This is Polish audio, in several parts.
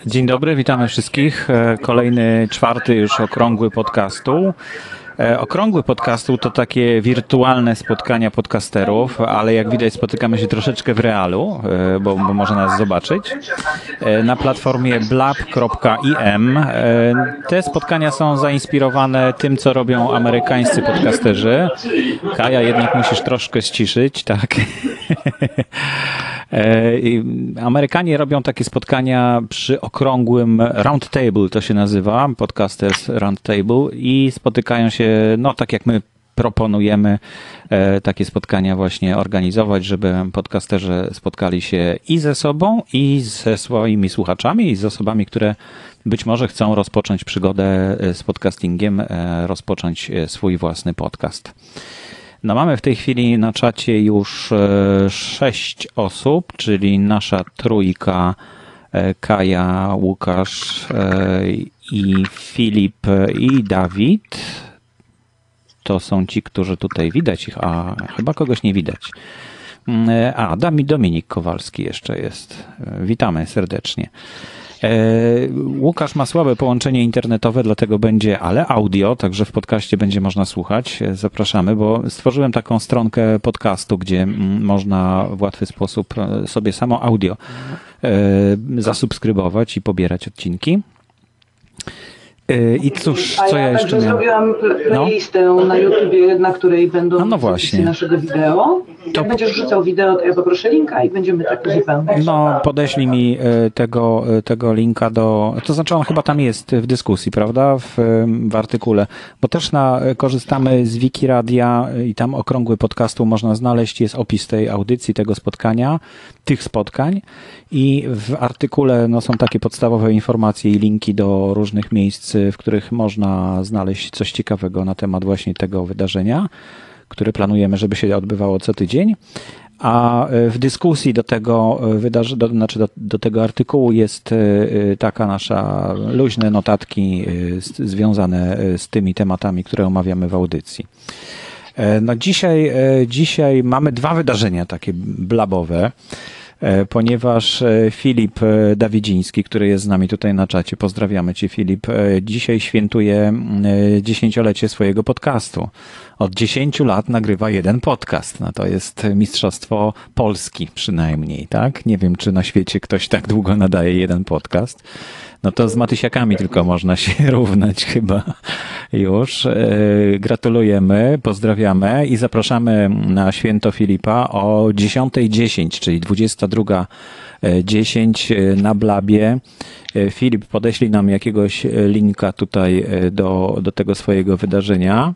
Dzień dobry, witamy wszystkich. Kolejny, czwarty już okrągły podcastu. Okrągły podcastu to takie wirtualne spotkania podcasterów, ale jak widać spotykamy się troszeczkę w realu, bo można nas zobaczyć. Na platformie blab.im. Te spotkania są zainspirowane tym, co robią amerykańscy podcasterzy. Kaja, jednak musisz troszkę ściszyć, tak? Amerykanie robią takie spotkania przy okrągłym roundtable, to się nazywa, Podcasters Roundtable, i spotykają się, no tak jak my proponujemy takie spotkania właśnie organizować, żeby podcasterzy spotkali się i ze sobą, i ze swoimi słuchaczami, i z osobami, które być może chcą rozpocząć przygodę z podcastingiem, rozpocząć swój własny podcast. No mamy w tej chwili na czacie już 6 osób, czyli nasza trójka, Kaja, Łukasz i Filip i Dawid. To są ci, którzy tutaj widać ich, a chyba kogoś nie widać. Dominik Kowalski jeszcze jest. Witamy serdecznie. Łukasz ma słabe połączenie internetowe, dlatego będzie, ale audio, także w podcaście będzie można słuchać. Zapraszamy, bo stworzyłem taką stronkę podcastu, gdzie można w łatwy sposób sobie samo audio zasubskrybować i pobierać odcinki. I cóż, co ja jeszcze miałem? Zrobiłam playlistę na YouTubie, na której będą właśnie naszego wideo. Jak będziesz wrzucał wideo, to ja poproszę linka i będziemy tak uzupełniać. No, podeślij mi tego linka to znaczy on chyba tam jest w dyskusji, prawda? W artykule, bo też korzystamy z Wikiradia i tam okrągły podcastu można znaleźć, jest opis tej audycji, tego spotkania, tych spotkań, i w artykule są takie podstawowe informacje i linki do różnych miejsc, w których można znaleźć coś ciekawego na temat właśnie tego wydarzenia, które planujemy, żeby się odbywało co tydzień. A w dyskusji do tego do tego artykułu jest taka nasza luźne notatki związane z tymi tematami, które omawiamy w audycji. No dzisiaj mamy 2 wydarzenia takie blabowe, ponieważ Filip Dawidziński, który jest z nami tutaj na czacie, pozdrawiamy Cię, Filip, dzisiaj świętuje 10-lecie swojego podcastu. Od 10 lat nagrywa jeden podcast. No to jest mistrzostwo Polski przynajmniej, tak? Nie wiem, czy na świecie ktoś tak długo nadaje jeden podcast. No to z Matysiakami tylko można się równać chyba już. Gratulujemy, pozdrawiamy i zapraszamy na święto Filipa o 10:10, czyli 22:10 na Blabie. Filip, podeślij nam jakiegoś linka tutaj do tego swojego wydarzenia.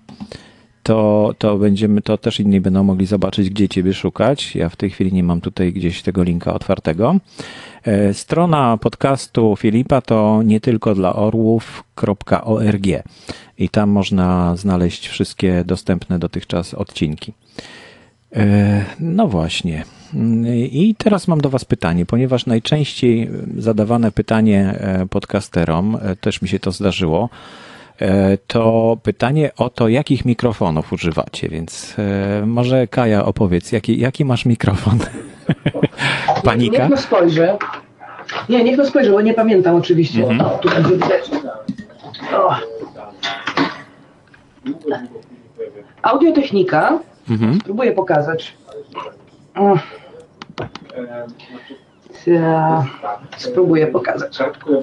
To też inni będą mogli zobaczyć, gdzie Ciebie szukać. Ja w tej chwili nie mam tutaj gdzieś tego linka otwartego. Strona podcastu Filipa to nie tylko dla orłów.org i tam można znaleźć wszystkie dostępne dotychczas odcinki. No właśnie. I teraz mam do Was pytanie, ponieważ najczęściej zadawane pytanie podcasterom, też mi się to zdarzyło, to pytanie o to, jakich mikrofonów używacie, więc może Kaja opowiedz, jaki masz mikrofon? Panika? Niech no spojrzę. Niech no spojrzę, bo nie pamiętam oczywiście. Tu będzie widać. Audiotechnika. Spróbuję pokazać. Spróbuję pokazać.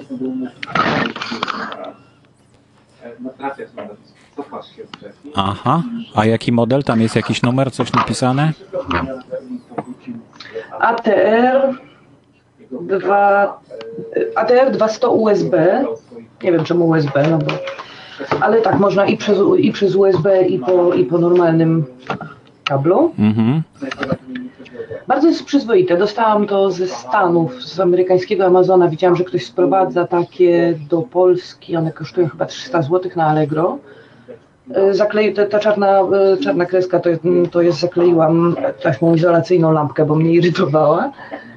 Aha, a jaki model? Tam jest jakiś numer, coś napisane? ATR 200 USB. Nie wiem czemu USB, no bo... Ale tak, można i przez USB, i po normalnym kablu. Bardzo jest przyzwoite. Dostałam to ze Stanów, z amerykańskiego Amazona. Widziałam, że ktoś sprowadza takie do Polski. One kosztują chyba 300 zł na Allegro. Ta czarna kreska to jest, zakleiłam taśmą izolacyjną lampkę, bo mnie irytowała.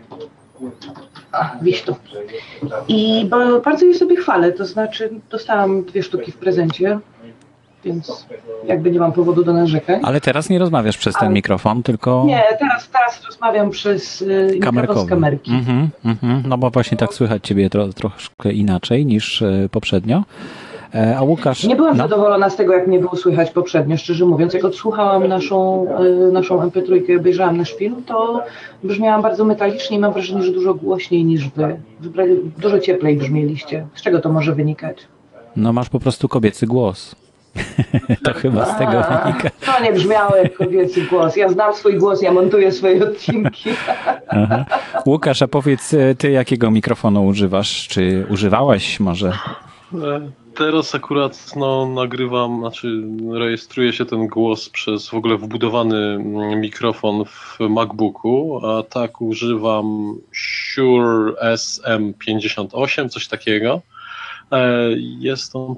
Wieś tu. I bardzo je sobie chwalę, to znaczy dostałam 2 sztuki w prezencie. więc jakby nie mam powodu do narzekań. Ale teraz nie rozmawiasz przez ten mikrofon, tylko... Nie, teraz rozmawiam przez mikrofon z kamerki. No bo właśnie tak słychać ciebie troszkę inaczej niż poprzednio. A Łukasz... Nie byłam zadowolona z tego, jak mnie było słychać poprzednio, szczerze mówiąc. Jak odsłuchałam naszą MP3 i obejrzałam nasz film, to brzmiałam bardzo metalicznie i mam wrażenie, że dużo głośniej niż wy. Dużo cieplej brzmieliście. Z czego to może wynikać? No masz po prostu kobiecy głos. To chyba z tego wynika. To nie brzmiało jak kobiecy głos. Ja znam swój głos, ja montuję swoje odcinki. Aha. Łukasz, a powiedz, ty jakiego mikrofonu używasz? Czy używałaś może? Teraz akurat nagrywam, rejestruje się ten głos przez w ogóle wbudowany mikrofon w MacBooku, a tak używam Shure SM58, coś takiego. Jest on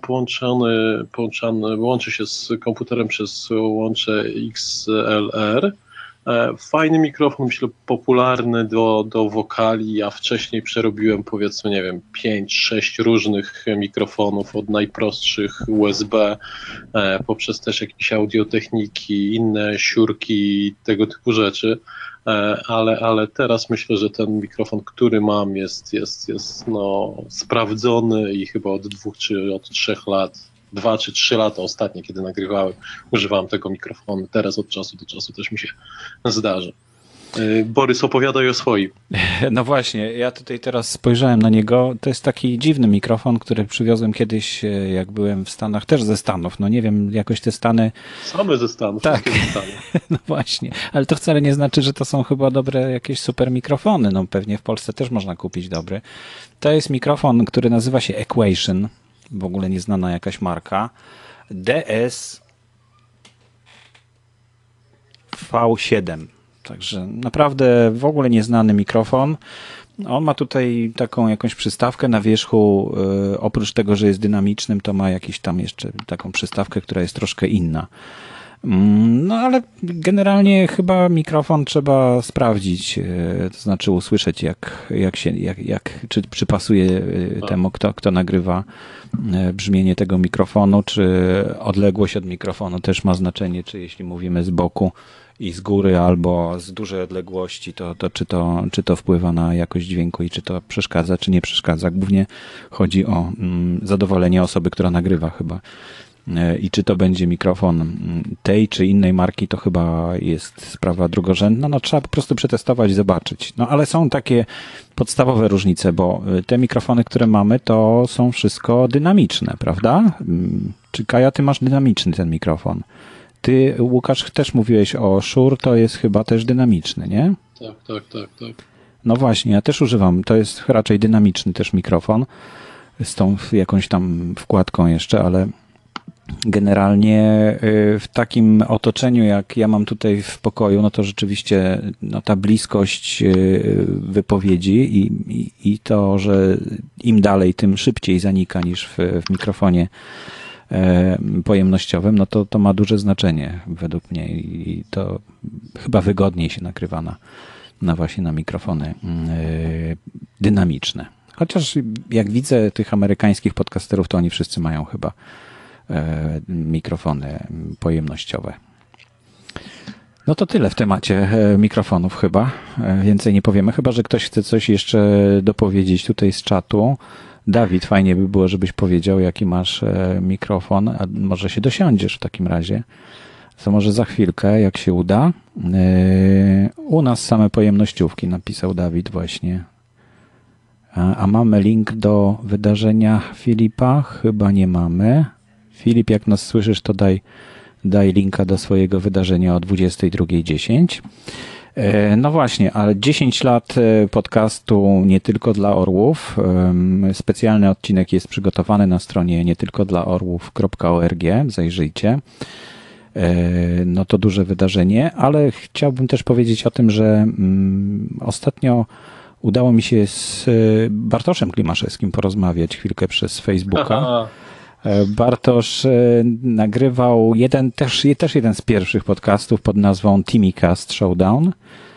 łączy się z komputerem przez łącze XLR. Fajny mikrofon, myślę, popularny do wokali. Ja wcześniej przerobiłem, powiedzmy, nie wiem, 5-6 różnych mikrofonów, od najprostszych USB, poprzez też jakieś audiotechniki, inne siurki, tego typu rzeczy. Ale teraz myślę, że ten mikrofon, który mam, jest sprawdzony i chyba od 2 czy od 3 lat, 2 czy 3 lata ostatnie, kiedy nagrywałem, używałem tego mikrofonu. Teraz od czasu do czasu też mi się zdarza. Borys, opowiadaj o swoim. No właśnie, ja tutaj teraz spojrzałem na niego. To jest taki dziwny mikrofon, który przywiozłem kiedyś, jak byłem w Stanach, też ze Stanów. No nie wiem, jakoś te Stany... Same ze Stanów, tak. wszystkie ze Stanów. No właśnie, ale to wcale nie znaczy, że to są chyba dobre jakieś super mikrofony. No pewnie w Polsce też można kupić dobry. To jest mikrofon, który nazywa się Equation, w ogóle nieznana jakaś marka. DS V7. Także naprawdę w ogóle nieznany mikrofon. On ma tutaj taką jakąś przystawkę na wierzchu. Oprócz tego, że jest dynamicznym, to ma jakiś tam jeszcze taką przystawkę, która jest troszkę inna. No ale generalnie chyba mikrofon trzeba sprawdzić, to znaczy usłyszeć czy przypasuje temu, kto nagrywa brzmienie tego mikrofonu, czy odległość od mikrofonu też ma znaczenie, czy jeśli mówimy z boku i z góry albo z dużej odległości, to czy to wpływa na jakość dźwięku i czy to przeszkadza, czy nie przeszkadza. Głównie chodzi o zadowolenie osoby, która nagrywa chyba. I czy to będzie mikrofon tej czy innej marki, to chyba jest sprawa drugorzędna. No trzeba po prostu przetestować i zobaczyć. No ale są takie podstawowe różnice, bo te mikrofony, które mamy, to są wszystko dynamiczne, prawda? Czy Kaja, ty masz dynamiczny ten mikrofon? Ty, Łukasz, też mówiłeś o Shure, to jest chyba też dynamiczny, nie? Tak. No właśnie, ja też używam, to jest raczej dynamiczny też mikrofon, z tą jakąś tam wkładką jeszcze, ale generalnie w takim otoczeniu, jak ja mam tutaj w pokoju, no to rzeczywiście ta bliskość wypowiedzi i to, że im dalej, tym szybciej zanika niż w mikrofonie pojemnościowym, no to ma duże znaczenie według mnie i to chyba wygodniej się nagrywa właśnie na mikrofony dynamiczne. Chociaż jak widzę tych amerykańskich podcasterów, to oni wszyscy mają chyba mikrofony pojemnościowe. No to tyle w temacie mikrofonów chyba. Więcej nie powiemy, chyba że ktoś chce coś jeszcze dopowiedzieć tutaj z czatu. Dawid, fajnie by było, żebyś powiedział, jaki masz mikrofon, a może się dosiądziesz w takim razie. To może za chwilkę, jak się uda. U nas same pojemnościówki, napisał Dawid właśnie. A mamy link do wydarzenia Filipa? Chyba nie mamy. Filip, jak nas słyszysz, to daj linka do swojego wydarzenia o 22:10. No właśnie, ale 10 lat podcastu Nie Tylko Dla Orłów. Specjalny odcinek jest przygotowany na stronie nietylkodlaorłów.org. Zajrzyjcie. No to duże wydarzenie, ale chciałbym też powiedzieć o tym, że ostatnio udało mi się z Bartoszem Klimaszewskim porozmawiać chwilkę przez Facebooka. Bartosz nagrywał też jeden z pierwszych podcastów pod nazwą TimmyCast Showdown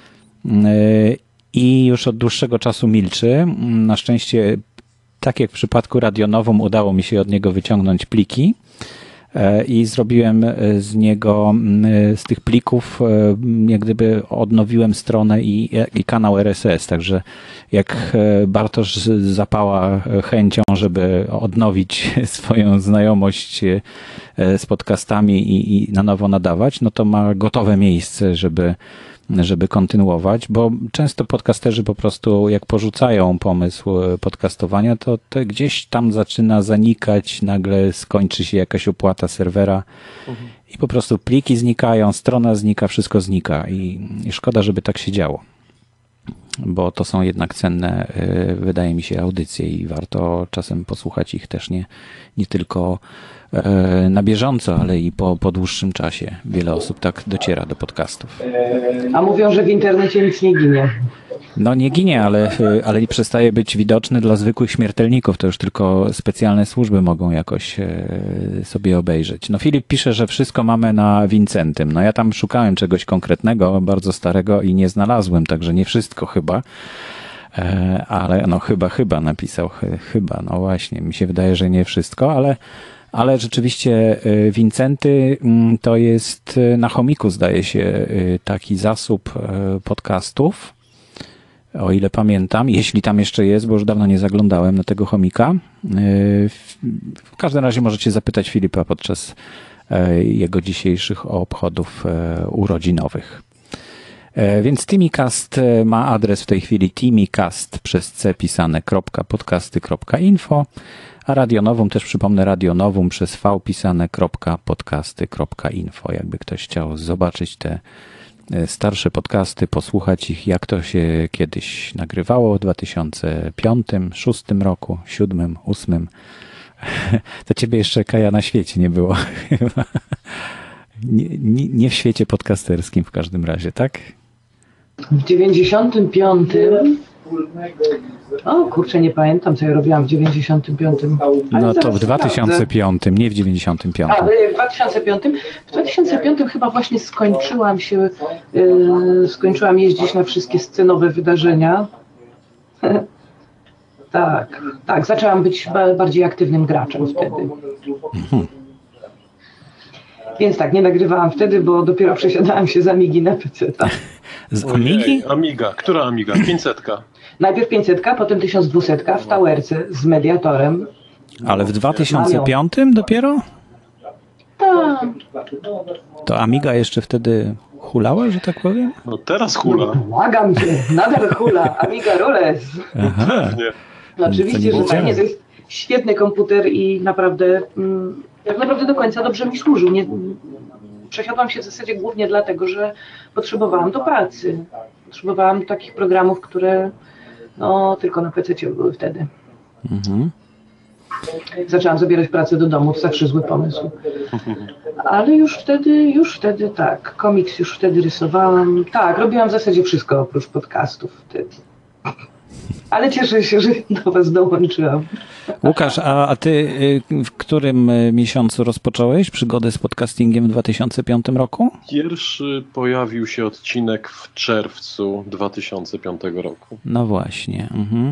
i już od dłuższego czasu milczy. Na szczęście, tak jak w przypadku Radionowum, udało mi się od niego wyciągnąć pliki i zrobiłem z niego, z tych plików, jak gdyby odnowiłem stronę i kanał RSS, także jak Bartosz zapała chęcią, żeby odnowić swoją znajomość z podcastami i na nowo nadawać, no to ma gotowe miejsce, żeby kontynuować, bo często podcasterzy po prostu jak porzucają pomysł podcastowania, to gdzieś tam zaczyna zanikać, nagle skończy się jakaś opłata serwera i po prostu pliki znikają, strona znika, wszystko znika i szkoda, żeby tak się działo, bo to są jednak cenne, wydaje mi się, audycje i warto czasem posłuchać ich też nie tylko na bieżąco, ale i po dłuższym czasie. Wiele osób tak dociera do podcastów. A mówią, że w internecie nic nie ginie. No nie ginie, ale i przestaje być widoczny dla zwykłych śmiertelników. To już tylko specjalne służby mogą jakoś sobie obejrzeć. No Filip pisze, że wszystko mamy na Wincentym. No ja tam szukałem czegoś konkretnego, bardzo starego i nie znalazłem, także nie wszystko chyba. Ale no chyba napisał, chyba, no właśnie, mi się wydaje, że nie wszystko, ale rzeczywiście Wincenty to jest na Chomiku, zdaje się, taki zasób podcastów, o ile pamiętam, jeśli tam jeszcze jest, bo już dawno nie zaglądałem na tego Chomika. W każdym razie możecie zapytać Filipa podczas jego dzisiejszych obchodów urodzinowych. Więc Timicast ma adres w tej chwili timicast przez c pisane .podcasty.info, a Radio Novum też przypomnę Radio Novum przez v pisane .podcasty.info. Jakby ktoś chciał zobaczyć te starsze podcasty, posłuchać ich, jak to się kiedyś nagrywało w 2005, 2006 roku, 2007, 2008. To ciebie jeszcze, Kaja, na świecie nie było. Nie w świecie podcasterskim w każdym razie, tak? W 95. O kurczę, nie pamiętam, co ja robiłam w 95. No to w 2005, nie w 95. A, w 2005. W 2005 chyba właśnie skończyłam jeździć na wszystkie scenowe wydarzenia. Tak, zaczęłam być bardziej aktywnym graczem wtedy. Więc tak, nie nagrywałam wtedy, bo dopiero przesiadałam się z Amigi na PC. Z Amigi? Amiga. Która Amiga? 500. Najpierw 500, potem 1200 w Towerce z mediatorem. Ale w 2005 dopiero? Tak. To Amiga jeszcze wtedy hulała, że tak powiem? No teraz hula. Błagam cię, nadal hula, Amiga Rules. Pewnie. No oczywiście, że tak, nie, to jest świetny komputer i naprawdę, tak naprawdę do końca dobrze mi służył. Przesiadłam się w zasadzie głównie dlatego, że potrzebowałam do pracy. Potrzebowałam takich programów, które no, tylko na PC były wtedy. Zaczęłam zabierać pracę do domu, to zawsze zły pomysł. Ale już wtedy tak, komiks już wtedy rysowałam. Tak, robiłam w zasadzie wszystko oprócz podcastów wtedy. Ale cieszę się, że do was dołączyłam. Łukasz, a ty w którym miesiącu rozpocząłeś przygodę z podcastingiem w 2005 roku? Pierwszy pojawił się odcinek w czerwcu 2005 roku. No właśnie.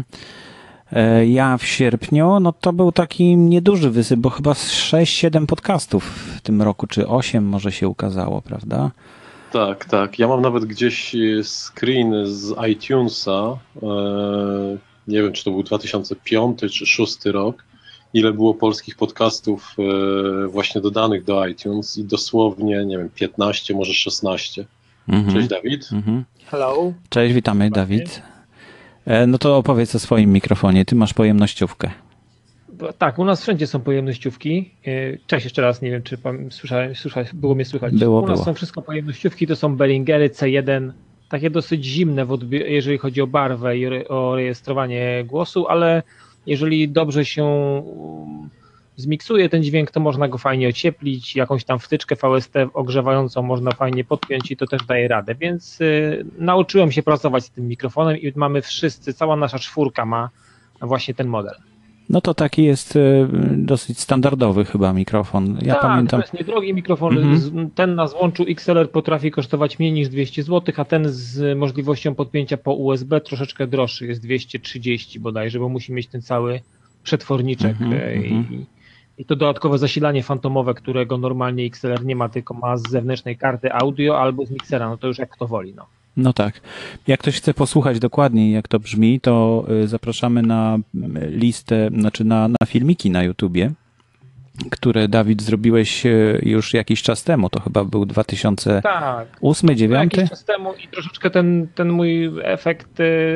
Ja w sierpniu, no to był taki nieduży wysyp, bo chyba 6-7 podcastów w tym roku, czy 8 może się ukazało, prawda? Tak. Ja mam nawet gdzieś screen z iTunesa. Nie wiem, czy to był 2005 czy 2006 rok. Ile było polskich podcastów właśnie dodanych do iTunes i dosłownie, nie wiem, 15, może 16. Cześć, Dawid. Hello. Cześć, witamy, Dawid. No to opowiedz o swoim mikrofonie. Ty masz pojemnościówkę. Tak, u nas wszędzie są pojemnościówki. Cześć jeszcze raz, nie wiem, czy było mnie słychać. U nas są wszystko pojemnościówki, to są Behringery C1, takie dosyć zimne, jeżeli chodzi o barwę i o rejestrowanie głosu, ale jeżeli dobrze się zmiksuje ten dźwięk, to można go fajnie ocieplić, jakąś tam wtyczkę VST ogrzewającą można fajnie podpiąć i to też daje radę, więc nauczyłem się pracować z tym mikrofonem i mamy wszyscy, cała nasza czwórka ma właśnie ten model. No to taki jest dosyć standardowy chyba mikrofon. Ja pamiętam. To jest niedrogi mikrofon. Ten na złączu XLR potrafi kosztować mniej niż 200 zł, a ten z możliwością podpięcia po USB troszeczkę droższy, jest 230 bodajże, bo musi mieć ten cały przetworniczek i to dodatkowe zasilanie fantomowe, którego normalnie XLR nie ma, tylko ma z zewnętrznej karty audio albo z miksera, no to już jak kto woli. No tak. Jak ktoś chce posłuchać dokładniej, jak to brzmi, to zapraszamy na listę, znaczy na filmiki na YouTubie, które, Dawid, zrobiłeś już jakiś czas temu. To chyba był 2008, 2009? Jakiś czas temu i troszeczkę ten mój efekt,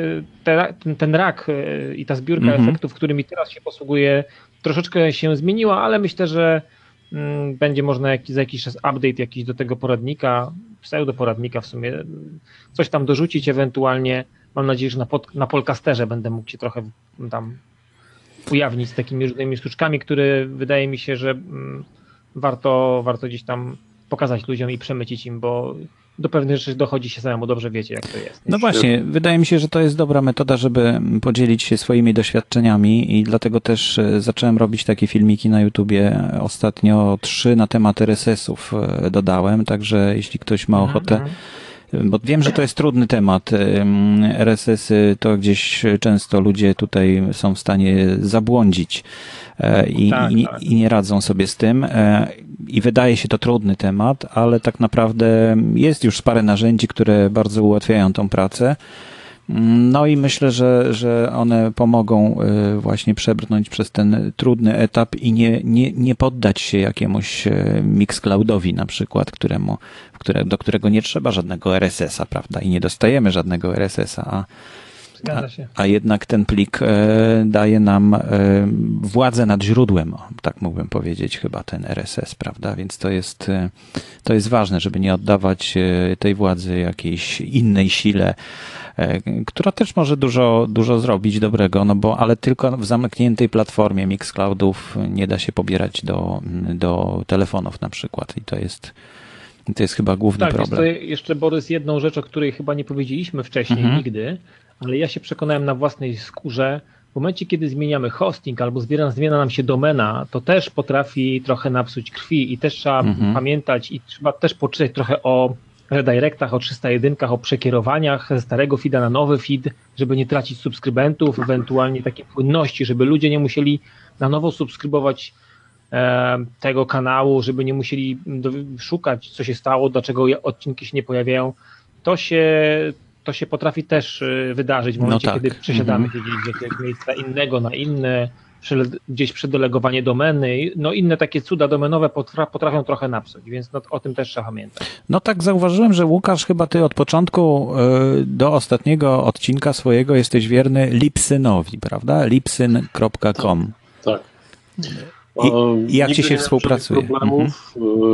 ten rak i ta zbiórka efektów, którymi teraz się posługuję, troszeczkę się zmieniła, ale myślę, że będzie można za jakiś czas update jakiś do tego poradnika, pseudoporadnika w sumie, coś tam dorzucić ewentualnie. Mam nadzieję, że na Polcasterze będę mógł się trochę tam ujawnić z takimi różnymi sztuczkami, które wydaje mi się, że warto gdzieś tam pokazać ludziom i przemycić im, bo do pewnych rzeczy dochodzi się samemu, dobrze wiecie, jak to jest. No właśnie, wydaje mi się, że to jest dobra metoda, żeby podzielić się swoimi doświadczeniami i dlatego też zacząłem robić takie filmiki na YouTubie. Ostatnio 3 na temat RSS-ów dodałem, także jeśli ktoś ma ochotę, bo wiem, że to jest trudny temat. RSS-y to gdzieś często ludzie tutaj są w stanie zabłądzić i nie radzą sobie z tym. I wydaje się to trudny temat, ale tak naprawdę jest już parę narzędzi, które bardzo ułatwiają tą pracę. No i myślę, że one pomogą właśnie przebrnąć przez ten trudny etap i nie poddać się jakiemuś Mixcloudowi na przykład, do którego nie trzeba żadnego RSS-a, prawda? I nie dostajemy żadnego RSS-a, a jednak ten plik daje nam władzę nad źródłem, tak mógłbym powiedzieć, chyba ten RSS, prawda? Więc to jest ważne, żeby nie oddawać tej władzy jakiejś innej sile, która też może dużo zrobić dobrego, ale tylko w zamkniętej platformie Mixcloudów nie da się pobierać do telefonów na przykład i to jest chyba główny problem. Tak, jeszcze, Borys, jedną rzecz, o której chyba nie powiedzieliśmy wcześniej nigdy, ale ja się przekonałem na własnej skórze, w momencie, kiedy zmieniamy hosting albo zmienia nam się domena, to też potrafi trochę napsuć krwi i też trzeba pamiętać i trzeba też poczytać trochę o redirectach, o 301, o przekierowaniach ze starego feeda na nowy feed, żeby nie tracić subskrybentów, ewentualnie takiej płynności, żeby ludzie nie musieli na nowo subskrybować tego kanału, żeby nie musieli szukać, co się stało, dlaczego odcinki się nie pojawiają. To się potrafi też wydarzyć w momencie, kiedy przesiadamy się gdzieś z jakiegoś miejsca innego na inne, gdzieś przedelegowanie domeny, inne takie cuda domenowe potrafią trochę napsuć, więc o tym też trzeba pamiętać. No tak, zauważyłem, że Łukasz, chyba ty od początku do ostatniego odcinka swojego jesteś wierny Libsynowi, prawda? Libsyn.com. Tak. I jak ci się współpracuje? Problemów.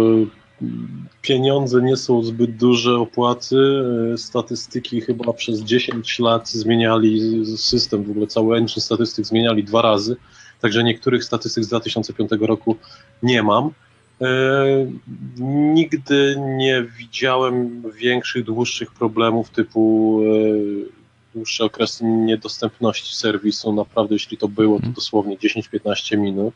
Pieniądze nie są zbyt duże, opłaty, statystyki chyba przez 10 lat zmieniali system, w ogóle cały engine statystyk zmieniali 2 razy, także niektórych statystyk z 2005 roku nie mam. Nigdy nie widziałem większych, dłuższych problemów typu dłuższy okres niedostępności serwisu, naprawdę jeśli to było, to dosłownie 10-15 minut.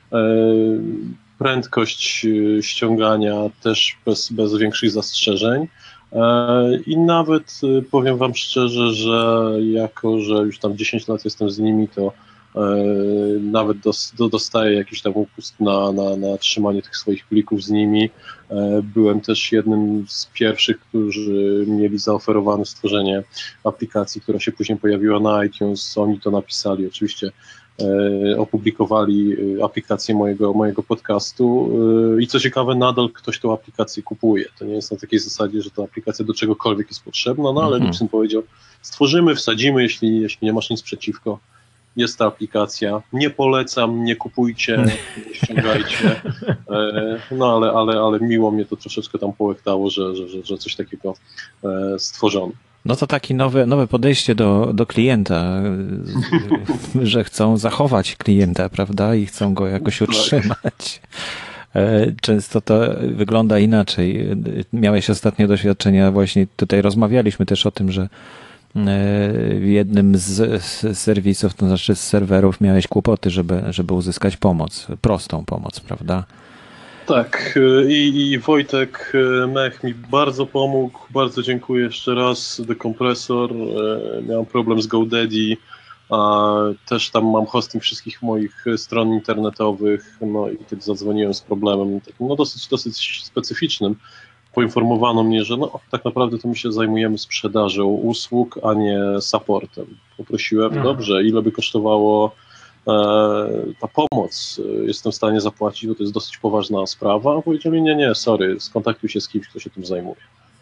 Prędkość ściągania też bez większych zastrzeżeń i nawet powiem wam szczerze, że jako, że już tam 10 lat jestem z nimi, to nawet dostaję jakiś tam upust na trzymanie tych swoich plików z nimi. Byłem też jednym z pierwszych, którzy mieli zaoferowane stworzenie aplikacji, która się później pojawiła na iTunes. Oni to napisali, oczywiście opublikowali aplikację mojego podcastu i co ciekawe, nadal ktoś tą aplikację kupuje. To nie jest na takiej zasadzie, że ta aplikacja do czegokolwiek jest potrzebna, ale Libsyn powiedział, stworzymy, wsadzimy, jeśli nie masz nic przeciwko. Jest ta aplikacja, nie polecam, nie kupujcie, nie ściągajcie, ale miło mnie to troszeczkę tam połechtało, że coś takiego stworzono. No to takie nowe podejście do klienta, że chcą zachować klienta, prawda, i chcą go jakoś utrzymać. Często to wygląda inaczej. Miałeś ostatnie doświadczenia, właśnie tutaj rozmawialiśmy też o tym, że w jednym z serwisów, to znaczy z serwerów, miałeś kłopoty, żeby uzyskać pomoc, prostą pomoc, prawda? Tak, i Wojtek Mech mi bardzo pomógł, bardzo dziękuję jeszcze raz, dekompresor, miałem problem z GoDaddy, Też tam mam hosting wszystkich moich stron internetowych, no i kiedy zadzwoniłem z problemem, takim, no dosyć specyficznym, poinformowano mnie, że no tak naprawdę to my się zajmujemy sprzedażą usług, a nie supportem. Poprosiłem, dobrze, ile by kosztowało ta pomoc, jestem w stanie zapłacić, bo to jest dosyć poważna sprawa, a powiedzieli, nie, sorry, skontaktuj się z kimś, kto się tym zajmuje.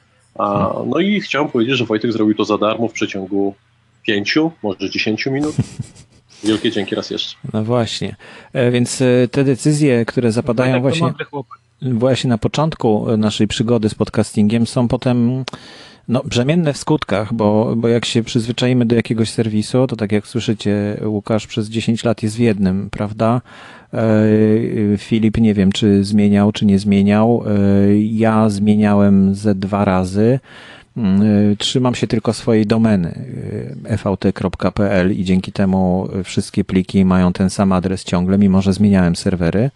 No i chciałem powiedzieć, że Wojtek zrobił to za darmo w przeciągu 5, może 10 minut. Wielkie dzięki raz jeszcze. No właśnie, więc te decyzje, które zapadają właśnie na początku naszej przygody z podcastingiem, są potem brzemienne w skutkach, bo jak się przyzwyczaimy do jakiegoś serwisu, to tak jak słyszycie, Łukasz przez 10 lat jest w jednym, prawda? Filip nie wiem, czy zmieniał, czy nie zmieniał. Ja zmieniałem ze 2 razy. Trzymam się tylko swojej domeny evt.pl i dzięki temu wszystkie pliki mają ten sam adres ciągle, mimo że zmieniałem serwery.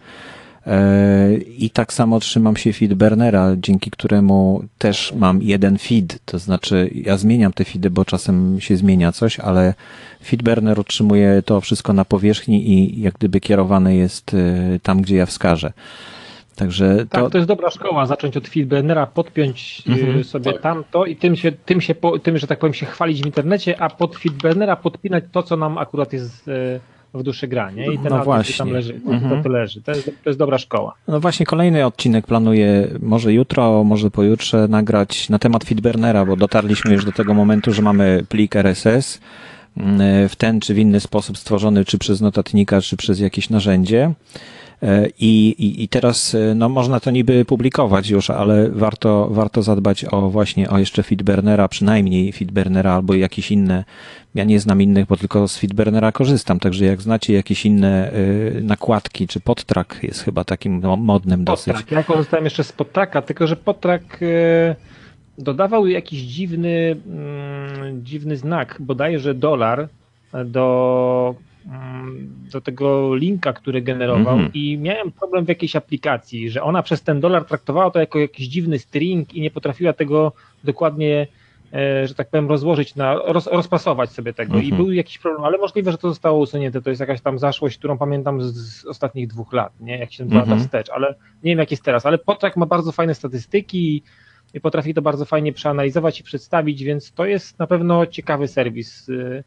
I tak samo trzymam się Feedburnera, dzięki któremu też mam jeden feed, to znaczy ja zmieniam te feedy, bo czasem się zmienia coś, ale Feedburner utrzymuje to wszystko na powierzchni i jak gdyby kierowane jest tam, gdzie ja wskażę. Także to jest dobra szkoła, zacząć od Feedburnera, podpiąć sobie tamto i tym, że tak powiem, się chwalić w internecie, a pod Feedburnera podpinać to, co nam akurat jest w duszy gra, nie? I ten adres tam leży, to leży. To jest dobra szkoła. No właśnie, kolejny odcinek planuję może jutro, może pojutrze nagrać na temat Feedburnera, bo dotarliśmy już do tego momentu, że mamy plik RSS w ten czy w inny sposób stworzony, czy przez notatnika, czy przez jakieś narzędzie. I teraz można to niby publikować już, ale warto zadbać o jeszcze Feedburnera, przynajmniej Feedburnera albo jakieś inne. Ja nie znam innych, bo tylko z Feedburnera korzystam, także jak znacie jakieś inne nakładki, czy podtrack jest chyba takim modnym dosyć. Podtrack. Ja korzystałem jeszcze z podtracka, tylko że podtrack dodawał jakiś dziwny znak, bodajże $, do tego linka, który generował i miałem problem w jakiejś aplikacji, że ona przez ten $, traktowała to jako jakiś dziwny string i nie potrafiła tego dokładnie, że tak powiem, rozłożyć, rozpasować sobie tego i był jakiś problem, ale możliwe, że to zostało usunięte, to jest jakaś tam zaszłość, którą pamiętam z ostatnich 2 lat, nie? Jak się 2 lata wstecz, ale nie wiem jak jest teraz, ale Podtrack ma bardzo fajne statystyki i potrafi to bardzo fajnie przeanalizować i przedstawić, więc to jest na pewno ciekawy serwis.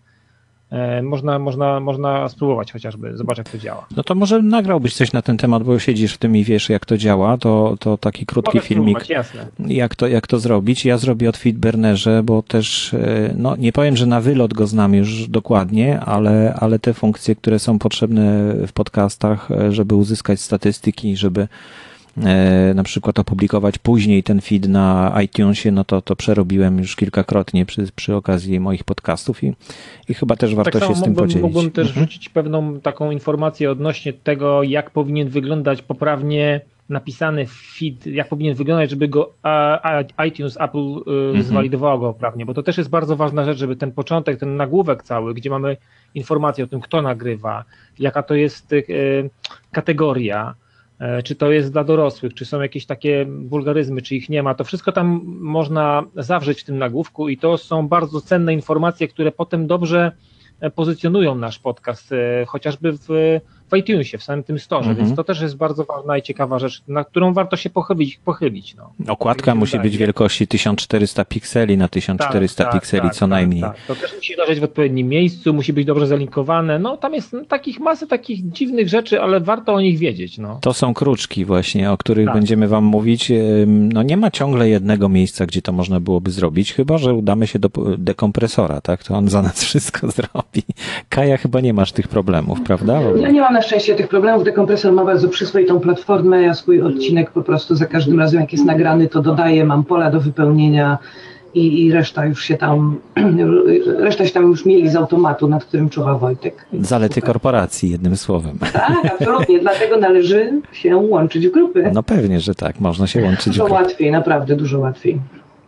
Można spróbować chociażby, zobaczyć jak to działa. No to może nagrałbyś coś na ten temat, bo siedzisz w tym i wiesz jak to działa, to taki krótki filmik, jak to zrobić. Ja zrobię od Feedburnerze, bo też, nie powiem, że na wylot go znam już dokładnie, ale te funkcje, które są potrzebne w podcastach, żeby uzyskać statystyki, żeby na przykład opublikować później ten feed na iTunesie, to przerobiłem już kilkakrotnie przy okazji moich podcastów i chyba też warto się z tym podzielić. Mógłbym też wrzucić pewną taką informację odnośnie tego, jak powinien wyglądać poprawnie napisany feed, jak powinien wyglądać, żeby go iTunes, Apple zwalidowało go poprawnie, bo to też jest bardzo ważna rzecz, żeby ten początek, ten nagłówek cały, gdzie mamy informację o tym, kto nagrywa, jaka to jest kategoria, czy to jest dla dorosłych, czy są jakieś takie wulgaryzmy, czy ich nie ma, to wszystko tam można zawrzeć w tym nagłówku i to są bardzo cenne informacje, które potem dobrze pozycjonują nasz podcast, chociażby w iTunesie, w samym tym storze, więc to też jest bardzo ważna i ciekawa rzecz, na którą warto się pochylić. Okładka musi być wielkości 1400 pikseli na 1400 pikseli co najmniej. Tak. To też musi leżeć w odpowiednim miejscu, musi być dobrze zalinkowane, tam jest masę takich dziwnych rzeczy, ale warto o nich wiedzieć. To są kruczki właśnie, o których będziemy wam mówić. Nie ma ciągle jednego miejsca, gdzie to można byłoby zrobić, chyba że udamy się do dekompresora, tak? To on za nas wszystko zrobi. Kaja, chyba nie masz tych problemów, prawda? Ja nie mam na szczęście tych problemów. Dekompresor ma bardzo przyzwoitą platformę. Ja swój odcinek po prostu za każdym razem, jak jest nagrany, to dodaję, mam pola do wypełnienia i reszta się tam już mieli z automatu, nad którym czuwa Wojtek. Zalety korporacji, jednym słowem. Tak, absolutnie. Dlatego należy się łączyć w grupy. No pewnie, że tak. Można się łączyć w grupy. Dużo łatwiej, naprawdę dużo łatwiej.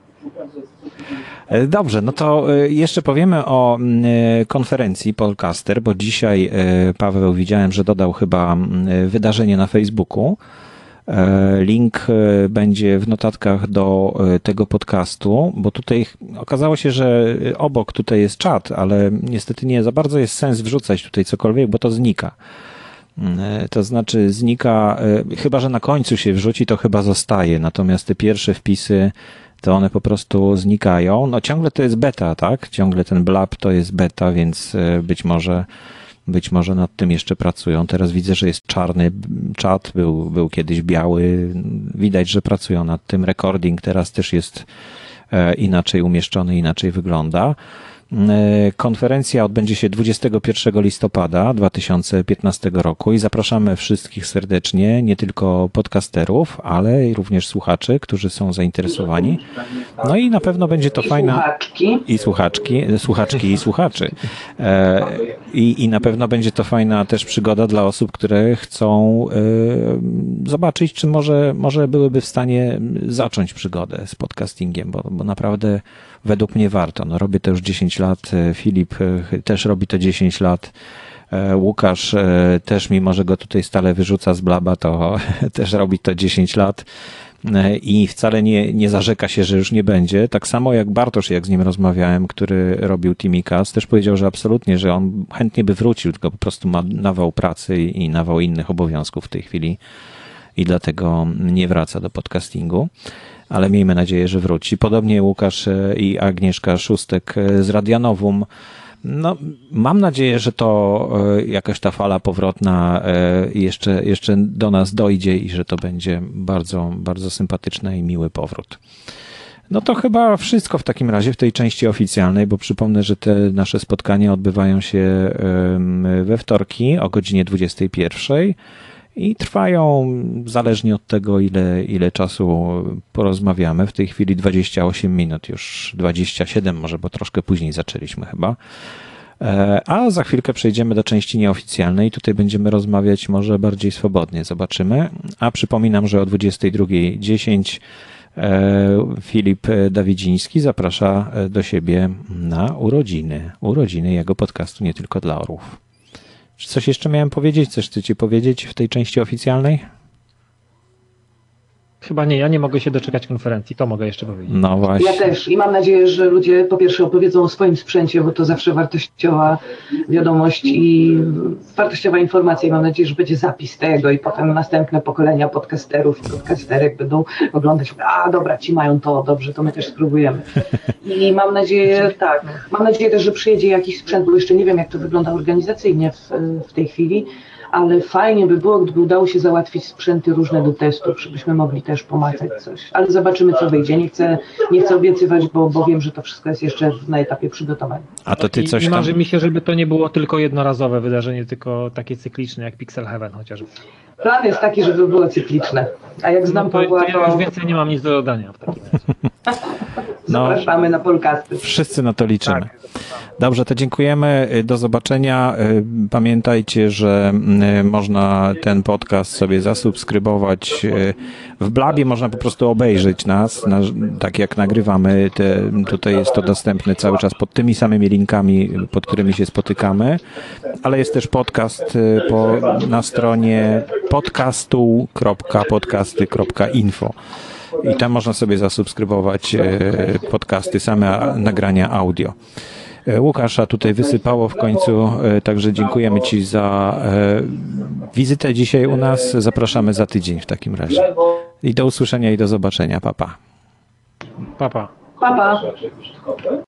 Dobrze, to jeszcze powiemy o konferencji Podcaster, bo dzisiaj Paweł widziałem, że dodał chyba wydarzenie na Facebooku. Link będzie w notatkach do tego podcastu, bo tutaj okazało się, że obok tutaj jest czat, ale niestety nie za bardzo jest sens wrzucać tutaj cokolwiek, bo to znika. To znaczy znika, chyba że na końcu się wrzuci, to chyba zostaje, natomiast te pierwsze wpisy to one po prostu znikają. No ciągle to jest beta, tak? Ciągle ten blab to jest beta, więc być może nad tym jeszcze pracują. Teraz widzę, że jest czarny czat, był kiedyś biały. Widać, że pracują nad tym. Recording teraz też jest inaczej umieszczony, inaczej wygląda. Konferencja odbędzie się 21 listopada 2015 roku i zapraszamy wszystkich serdecznie, nie tylko podcasterów, ale również słuchaczy, którzy są zainteresowani. No i na pewno będzie to fajna... Słuchaczki i słuchaczy. I na pewno będzie to fajna też przygoda dla osób, które chcą zobaczyć, czy może byłyby w stanie zacząć przygodę z podcastingiem, bo naprawdę według mnie warto. No, robię to już 10 lat, Filip też robi to 10 lat, Łukasz też, mimo że go tutaj stale wyrzuca z blaba, to też robi to 10 lat i wcale nie zarzeka się, że już nie będzie. Tak samo jak Bartosz, jak z nim rozmawiałem, który robił Timicast, też powiedział, że absolutnie, że on chętnie by wrócił, tylko po prostu ma nawał pracy i nawał innych obowiązków w tej chwili i dlatego nie wraca do podcastingu. Ale miejmy nadzieję, że wróci. Podobnie Łukasz i Agnieszka Szóstek z Radianowum. No, mam nadzieję, że to jakaś ta fala powrotna jeszcze do nas dojdzie i że to będzie bardzo, bardzo sympatyczny i miły powrót. No to chyba wszystko w takim razie w tej części oficjalnej, bo przypomnę, że te nasze spotkania odbywają się we wtorki o godzinie 21:00. I trwają zależnie od tego, ile czasu porozmawiamy. W tej chwili 28 minut, już 27 może, bo troszkę później zaczęliśmy chyba. A za chwilkę przejdziemy do części nieoficjalnej. Tutaj będziemy rozmawiać może bardziej swobodnie, zobaczymy. A przypominam, że o 22:10 Filip Dawidziński zaprasza do siebie na urodziny jego podcastu Nie Tylko Dla Orłów. Czy coś jeszcze miałem powiedzieć? Coś chcecie powiedzieć w tej części oficjalnej? Chyba nie, ja nie mogę się doczekać konferencji, to mogę jeszcze powiedzieć. No właśnie. Ja też i mam nadzieję, że ludzie po pierwsze opowiedzą o swoim sprzęcie, bo to zawsze wartościowa wiadomość i wartościowa informacja i mam nadzieję, że będzie zapis tego i potem następne pokolenia podcasterów i podcasterek będą oglądać, a dobra, ci mają to, dobrze, to my też spróbujemy. I mam nadzieję też, że przyjedzie jakiś sprzęt, bo jeszcze nie wiem, jak to wygląda organizacyjnie w tej chwili, ale fajnie by było, gdyby udało się załatwić sprzęty różne do testów, żebyśmy mogli też pomacać coś. Ale zobaczymy, co wyjdzie. Nie chcę obiecywać, bo wiem, że to wszystko jest jeszcze na etapie przygotowania. A to ty coś tam... Marzy mi się, żeby to nie było tylko jednorazowe wydarzenie, tylko takie cykliczne jak Pixel Heaven chociażby. Plan jest taki, żeby było cykliczne. A jak znam Pawła, to ja już więcej nie mam nic do dodania w takim razie. Zapraszamy na podcasty. Wszyscy na to liczymy. Tak. Dobrze, to dziękujemy. Do zobaczenia. Pamiętajcie, że można ten podcast sobie zasubskrybować. W Blabie można po prostu obejrzeć nas, tak jak nagrywamy. Tutaj jest to dostępne cały czas pod tymi samymi linkami, pod którymi się spotykamy, ale jest też podcast na stronie podcastu.podcasty.info. I tam można sobie zasubskrybować podcasty, same nagrania audio. Łukasza tutaj wysypało w końcu, także dziękujemy Ci za wizytę dzisiaj u nas. Zapraszamy za tydzień w takim razie. I do usłyszenia i do zobaczenia. Pa, pa. Pa, pa. Pa, pa.